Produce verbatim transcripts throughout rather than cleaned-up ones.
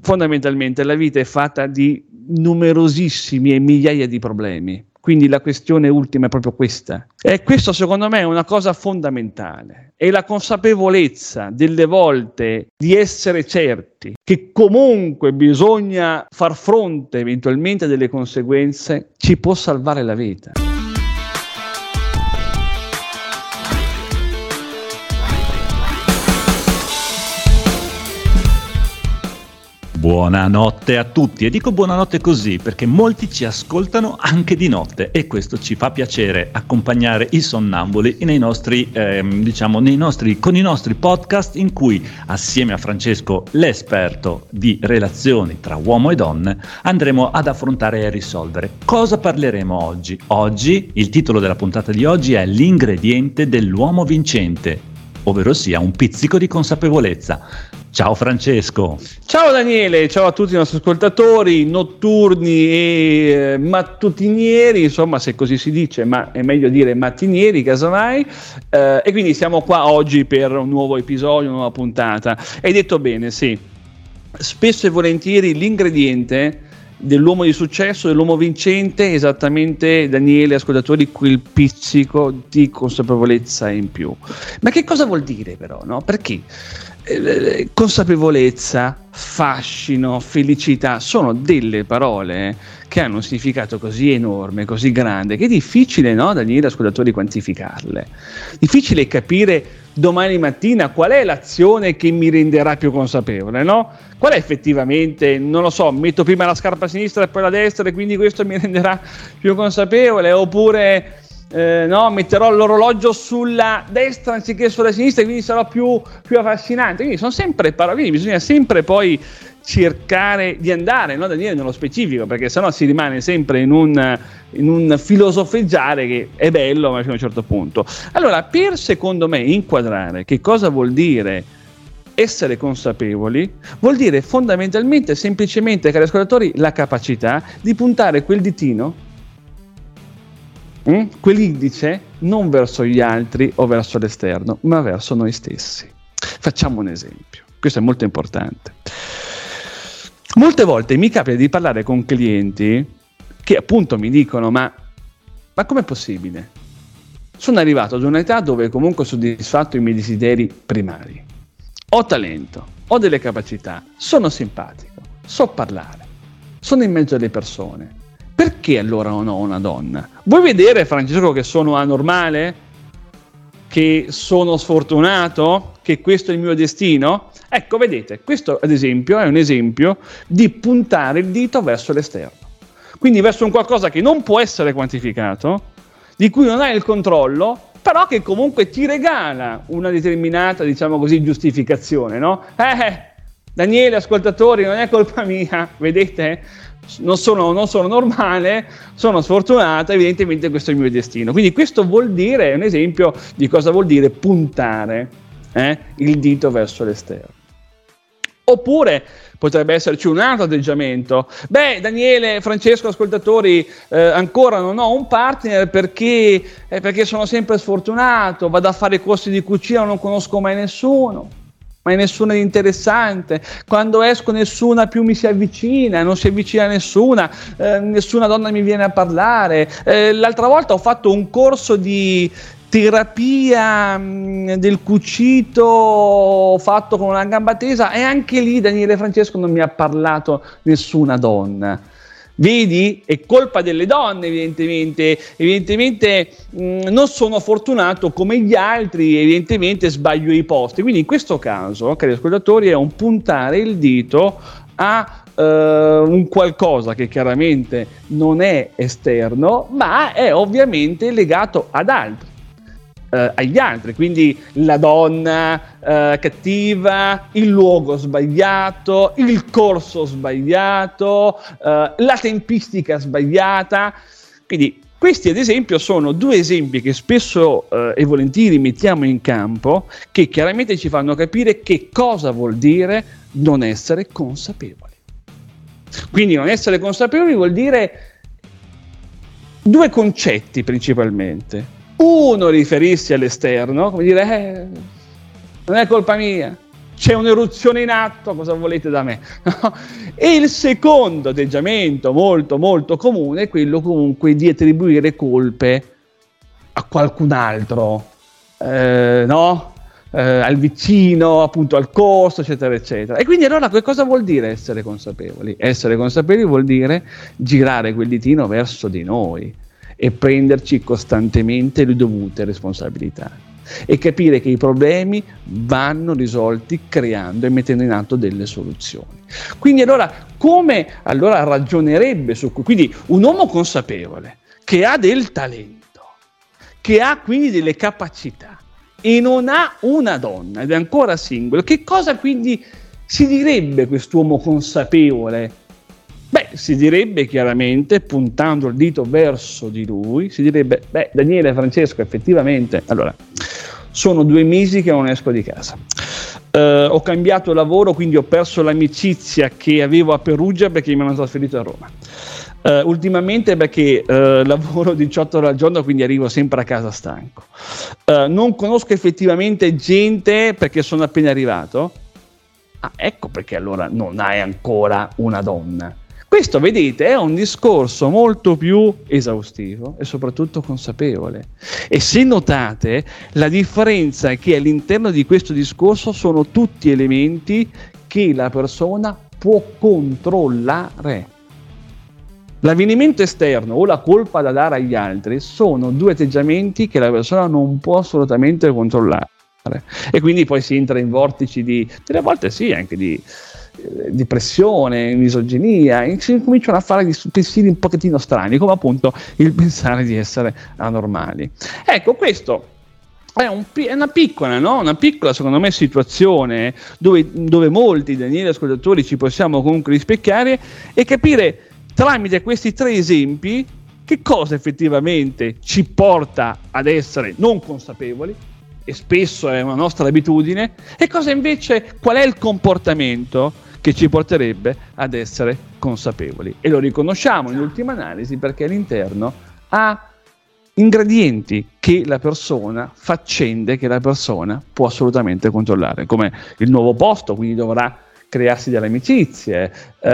fondamentalmente la vita è fatta di numerosissimi e migliaia di problemi. Quindi la questione ultima è proprio questa. E questo secondo me è una cosa fondamentale. È la consapevolezza delle volte di essere certi che comunque bisogna far fronte eventualmente a delle conseguenze, ci può salvare la vita. Buonanotte a tutti, e dico buonanotte così perché molti ci ascoltano anche di notte e questo ci fa piacere, accompagnare i sonnambuli nei nostri, ehm, diciamo, nei nostri, con i nostri podcast in cui assieme a Francesco, l'esperto di relazioni tra uomo e donna, andremo ad affrontare e a risolvere. Cosa parleremo oggi? Oggi, il titolo della puntata di oggi è l'ingrediente dell'uomo vincente, ovvero sia un pizzico di consapevolezza. Ciao Francesco. Ciao Daniele, ciao a tutti i nostri ascoltatori notturni e eh, mattutinieri, insomma, se così si dice, ma è meglio dire mattinieri casomai, eh, e quindi siamo qua oggi per un nuovo episodio, una nuova puntata. Hai detto bene, sì, spesso e volentieri l'ingrediente dell'uomo di successo, dell'uomo vincente, esattamente, Daniele, ascoltatori, quel pizzico di consapevolezza in più. Ma che cosa vuol dire però, no? Perché eh, consapevolezza, fascino, felicità sono delle parole che hanno un significato così enorme, così grande, che è difficile, no, Daniele, ascoltatori, quantificarle. Difficile capire domani mattina qual è l'azione che mi renderà più consapevole, no? Qual è effettivamente, non lo so, metto prima la scarpa a sinistra e poi la destra e quindi questo mi renderà più consapevole, oppure eh, no, metterò l'orologio sulla destra anziché sulla sinistra e quindi sarò più, più affascinante. Quindi sono sempre parole, quindi bisogna sempre poi cercare di andare, no, Daniele, nello specifico, perché sennò si rimane sempre in un, in un filosofeggiare che è bello ma fino a un certo punto. Allora, per secondo me inquadrare che cosa vuol dire essere consapevoli, vuol dire fondamentalmente, semplicemente, cari ascoltatori, la capacità di puntare quel ditino, mm, quell'indice, non verso gli altri o verso l'esterno, ma verso noi stessi. Facciamo un esempio, questo è molto importante. Molte volte mi capita di parlare con clienti che appunto mi dicono ma, ma com'è possibile? Sono arrivato ad un'età dove comunque ho soddisfatto i miei desideri primari. Ho talento, ho delle capacità, sono simpatico, so parlare, sono in mezzo alle persone. Perché allora non ho una donna? Vuoi vedere, Francesco, che sono anormale? Che sono sfortunato? Che questo è il mio destino? Ecco, vedete, questo ad esempio è un esempio di puntare il dito verso l'esterno. Quindi verso un qualcosa che non può essere quantificato, di cui non hai il controllo, però che comunque ti regala una determinata, diciamo così, giustificazione, no? Eh, Daniele, ascoltatori, non è colpa mia, vedete? Non sono, non sono normale, sono sfortunata, evidentemente questo è il mio destino. Quindi questo vuol dire, è un esempio di cosa vuol dire puntare eh, il dito verso l'esterno. Oppure potrebbe esserci un altro atteggiamento. Beh, Daniele, Francesco, ascoltatori, eh, ancora non ho un partner perché, eh, perché sono sempre sfortunato, vado a fare corsi di cucina, non conosco mai nessuno, mai nessuno di interessante. Quando esco nessuna più mi si avvicina, non si avvicina nessuna, eh, nessuna donna mi viene a parlare. Eh, l'altra volta ho fatto un corso di terapia mh, del cucito fatto con una gamba tesa e anche lì Daniele Francesco non mi ha parlato nessuna donna. Vedi? È colpa delle donne, evidentemente. Evidentemente mh, non sono fortunato come gli altri, evidentemente sbaglio i posti. Quindi in questo caso, cari ascoltatori, è un puntare il dito a uh, un qualcosa che chiaramente non è esterno, ma è ovviamente legato ad altri. Uh, agli altri, quindi la donna uh, cattiva, il luogo sbagliato, il corso sbagliato, uh, la tempistica sbagliata. Quindi questi ad esempio sono due esempi che spesso uh, e volentieri mettiamo in campo, che chiaramente ci fanno capire che cosa vuol dire non essere consapevoli. Quindi non essere consapevoli vuol dire due concetti principalmente. Uno, riferirsi all'esterno, come dire, eh, non è colpa mia, c'è un'eruzione in atto, cosa volete da me? E il secondo atteggiamento molto molto comune è quello comunque di attribuire colpe a qualcun altro, eh, no? Eh, al vicino, appunto al costo, eccetera eccetera. E quindi allora che cosa vuol dire essere consapevoli? Essere consapevoli vuol dire girare quel ditino verso di noi e prenderci costantemente le dovute responsabilità e capire che i problemi vanno risolti creando e mettendo in atto delle soluzioni. Quindi allora come allora ragionerebbe su cui? Quindi un uomo consapevole che ha del talento, che ha quindi delle capacità e non ha una donna ed è ancora single, che cosa quindi si direbbe quest'uomo consapevole? Beh, si direbbe chiaramente, puntando il dito verso di lui, si direbbe, beh, Daniele, Francesco, effettivamente, allora, sono due mesi che non esco di casa. Uh, ho cambiato lavoro, quindi ho perso l'amicizia che avevo a Perugia perché mi hanno trasferito a Roma. Uh, ultimamente perché uh, lavoro diciotto ore al giorno, quindi arrivo sempre a casa stanco. Uh, non conosco effettivamente gente perché sono appena arrivato. Ah, ecco perché allora non hai ancora una donna. Questo, vedete, è un discorso molto più esaustivo e soprattutto consapevole. E se notate, la differenza è che all'interno di questo discorso sono tutti elementi che la persona può controllare. L'avvenimento esterno o la colpa da dare agli altri sono due atteggiamenti che la persona non può assolutamente controllare. E quindi poi si entra in vortici di, delle volte sì, anche di depressione, misoginia, e si cominciano a fare pensieri un pochettino strani, come appunto il pensare di essere anormali. Ecco, questo è, un, è una piccola, no? Una piccola, secondo me, situazione dove, dove molti Daniele ascoltatori ci possiamo comunque rispecchiare e capire tramite questi tre esempi che cosa effettivamente ci porta ad essere non consapevoli, e spesso è una nostra abitudine, e cosa invece, qual è il comportamento che ci porterebbe ad essere consapevoli. E lo riconosciamo in ultima analisi perché all'interno ha ingredienti che la persona, faccende che la persona può assolutamente controllare, come il nuovo posto, quindi dovrà crearsi delle amicizie,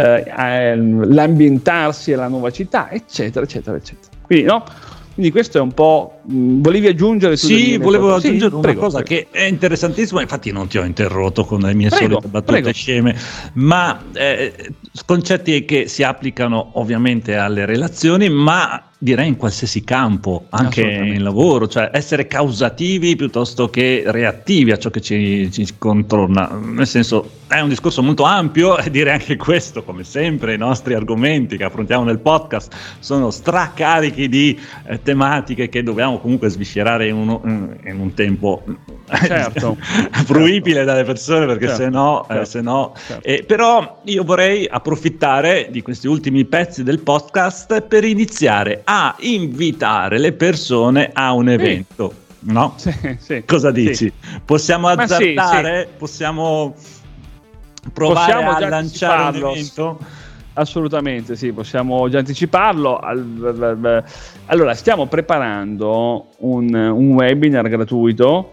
eh, l'ambientarsi alla nuova città, eccetera, eccetera, eccetera. Quindi no? Quindi questo è un po'. Mh, volevi aggiungere? Sì, volevo aggiungere sì, una prego, cosa prego. che è interessantissima, infatti non ti ho interrotto con le mie Prego, solite battute prego. sceme, ma eh, concetti che si applicano ovviamente alle relazioni, ma direi in qualsiasi campo, anche in lavoro, cioè essere causativi piuttosto che reattivi a ciò che ci, ci contorna. Nel senso, è un discorso molto ampio e direi anche questo, come sempre, i nostri argomenti che affrontiamo nel podcast sono stracarichi di eh, tematiche che dobbiamo comunque sviscerare in, uno, in un tempo certo, fruibile certo. dalle persone, perché certo, se no, certo, eh, se no certo. eh, però io vorrei approfittare di questi ultimi pezzi del podcast per iniziare a invitare le persone a un evento, sì. no? Sì, sì, cosa dici? Sì. Possiamo azzardare? Sì, sì. Possiamo provare possiamo a lanciare un evento? Assolutamente sì, possiamo già anticiparlo. Allora, stiamo preparando un, un webinar gratuito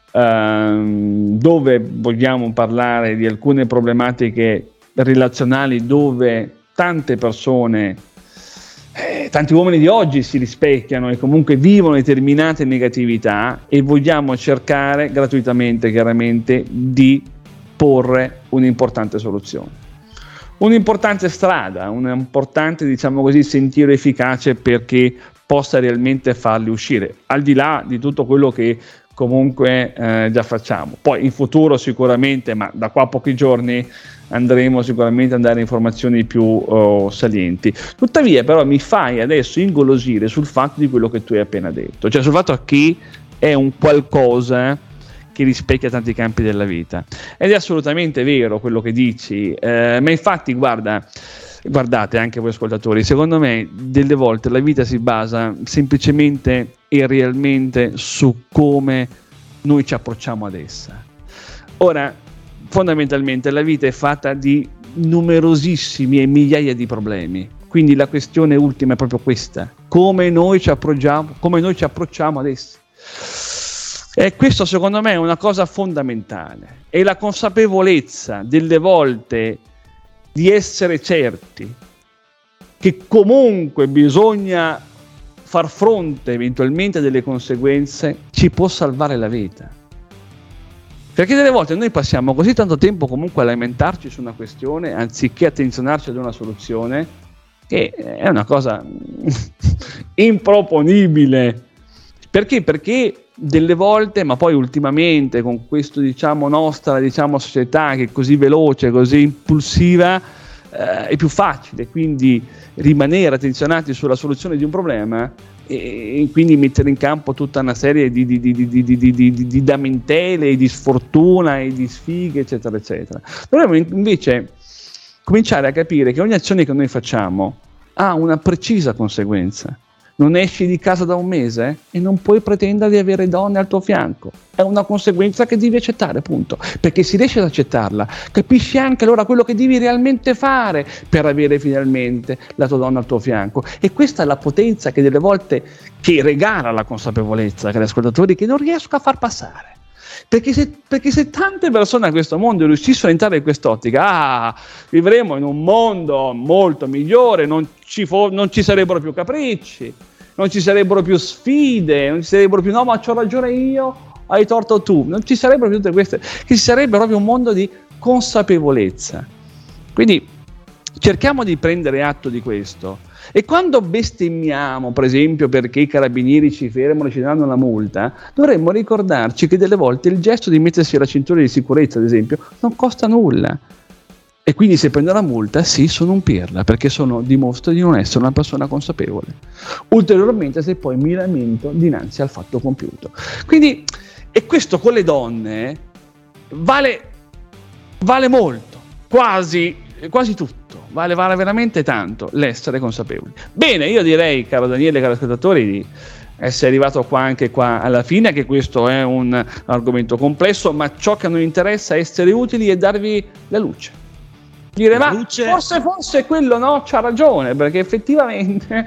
ehm, dove vogliamo parlare di alcune problematiche relazionali dove tante persone, eh, tanti uomini di oggi si rispecchiano e comunque vivono determinate negatività, e vogliamo cercare gratuitamente, chiaramente, di porre un'importante soluzione. Un'importante strada, un importante, diciamo così, sentiero efficace perché possa realmente farli uscire, al di là di tutto quello che comunque eh, già facciamo. Poi in futuro sicuramente, ma da qua a pochi giorni, andremo sicuramente a dare informazioni più oh, salienti. Tuttavia però mi fai adesso ingolosire sul fatto di quello che tu hai appena detto, cioè sul fatto che è un qualcosa che rispecchia tanti campi della vita, ed è assolutamente vero quello che dici, eh, ma infatti guarda, guardate anche voi ascoltatori, secondo me delle volte la vita si basa semplicemente e realmente su come noi ci approcciamo ad essa. Ora, fondamentalmente la vita è fatta di numerosissimi e migliaia di problemi, quindi la questione ultima è proprio questa: come noi ci approcciamo, come noi ci approcciamo ad essi. E questo secondo me è una cosa fondamentale, è la consapevolezza delle volte di essere certi che comunque bisogna far fronte eventualmente a delle conseguenze, ci può salvare la vita. Perché delle volte noi passiamo così tanto tempo comunque a lamentarci su una questione anziché attenzionarci ad una soluzione, che è una cosa improponibile. Perché? Perché delle volte, ma poi ultimamente con questo diciamo nostra diciamo società che è così veloce, così impulsiva, eh, è più facile quindi rimanere attenzionati sulla soluzione di un problema e, e quindi mettere in campo tutta una serie di, di, di, di, di, di, di, di lamentele, di sfortuna e di sfighe eccetera eccetera. Dovremmo invece cominciare a capire che ogni azione che noi facciamo ha una precisa conseguenza. Non esci di casa da un mese e non puoi pretendere di avere donne al tuo fianco. È una conseguenza che devi accettare, punto. Perché se riesci ad accettarla, capisci anche allora quello che devi realmente fare per avere finalmente la tua donna al tuo fianco. E questa è la potenza che delle volte che regala la consapevolezza agli ascoltatori che non riesco a far passare. Perché se, perché se tante persone a questo mondo riuscissero a entrare in quest'ottica, ah, vivremo in un mondo molto migliore, non ci, fo- non ci sarebbero più capricci, non ci sarebbero più sfide, non ci sarebbero più no ma c'ho ragione io, hai torto tu, non ci sarebbero più tutte queste, che ci sarebbe proprio un mondo di consapevolezza. Quindi cerchiamo di prendere atto di questo. E quando bestemmiamo, per esempio, perché i carabinieri ci fermano e ci danno una multa, dovremmo ricordarci che delle volte il gesto di mettersi la cintura di sicurezza, ad esempio, non costa nulla. E quindi se prendo la multa, sì, sono un pirla, perché sono, dimostro di non essere una persona consapevole. Ulteriormente se poi mi lamento dinanzi al fatto compiuto. Quindi, e questo con le donne vale, vale molto, quasi, quasi tutto. Vale, vale veramente tanto l'essere consapevoli. Bene, io direi, caro Daniele, cari ascoltatori, di essere arrivato qua anche qua alla fine, che questo è un argomento complesso, ma ciò che a noi interessa è essere utili e darvi la luce. Dire, ma luce... forse forse quello no, c'ha ragione, perché effettivamente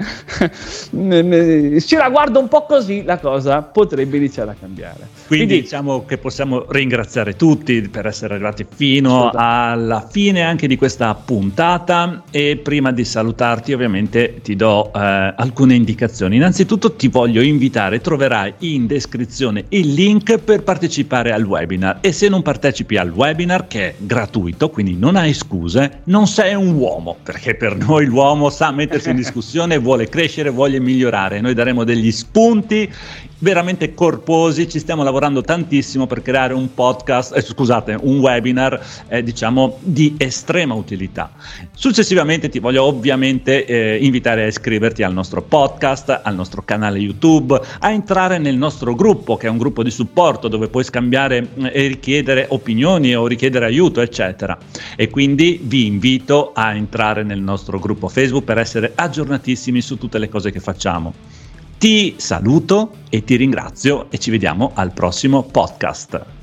se la guardo un po' così la cosa potrebbe iniziare a cambiare. Quindi, Quindi diciamo che possiamo ringraziare tutti per essere arrivati fino alla fine anche di questa puntata, e prima di salutarti ovviamente ti do eh, alcune indicazioni. Innanzitutto ti voglio invitare, troverai in descrizione il link per partecipare al webinar, e se non partecipi al webinar, che è gratuito, quindi non hai scuse, non sei un uomo, perché per noi l'uomo sa mettersi in discussione, vuole crescere, vuole migliorare. Noi daremo degli spunti veramente corposi, ci stiamo lavorando tantissimo per creare un podcast, eh, scusate, un webinar eh, diciamo di estrema utilità. Successivamente ti voglio ovviamente eh, invitare a iscriverti al nostro podcast, al nostro canale YouTube, a entrare nel nostro gruppo, che è un gruppo di supporto dove puoi scambiare e richiedere opinioni o richiedere aiuto, eccetera. E quindi vi invito a entrare nel nostro gruppo Facebook per essere aggiornatissimi su tutte le cose che facciamo. Ti saluto e ti ringrazio e ci vediamo al prossimo podcast.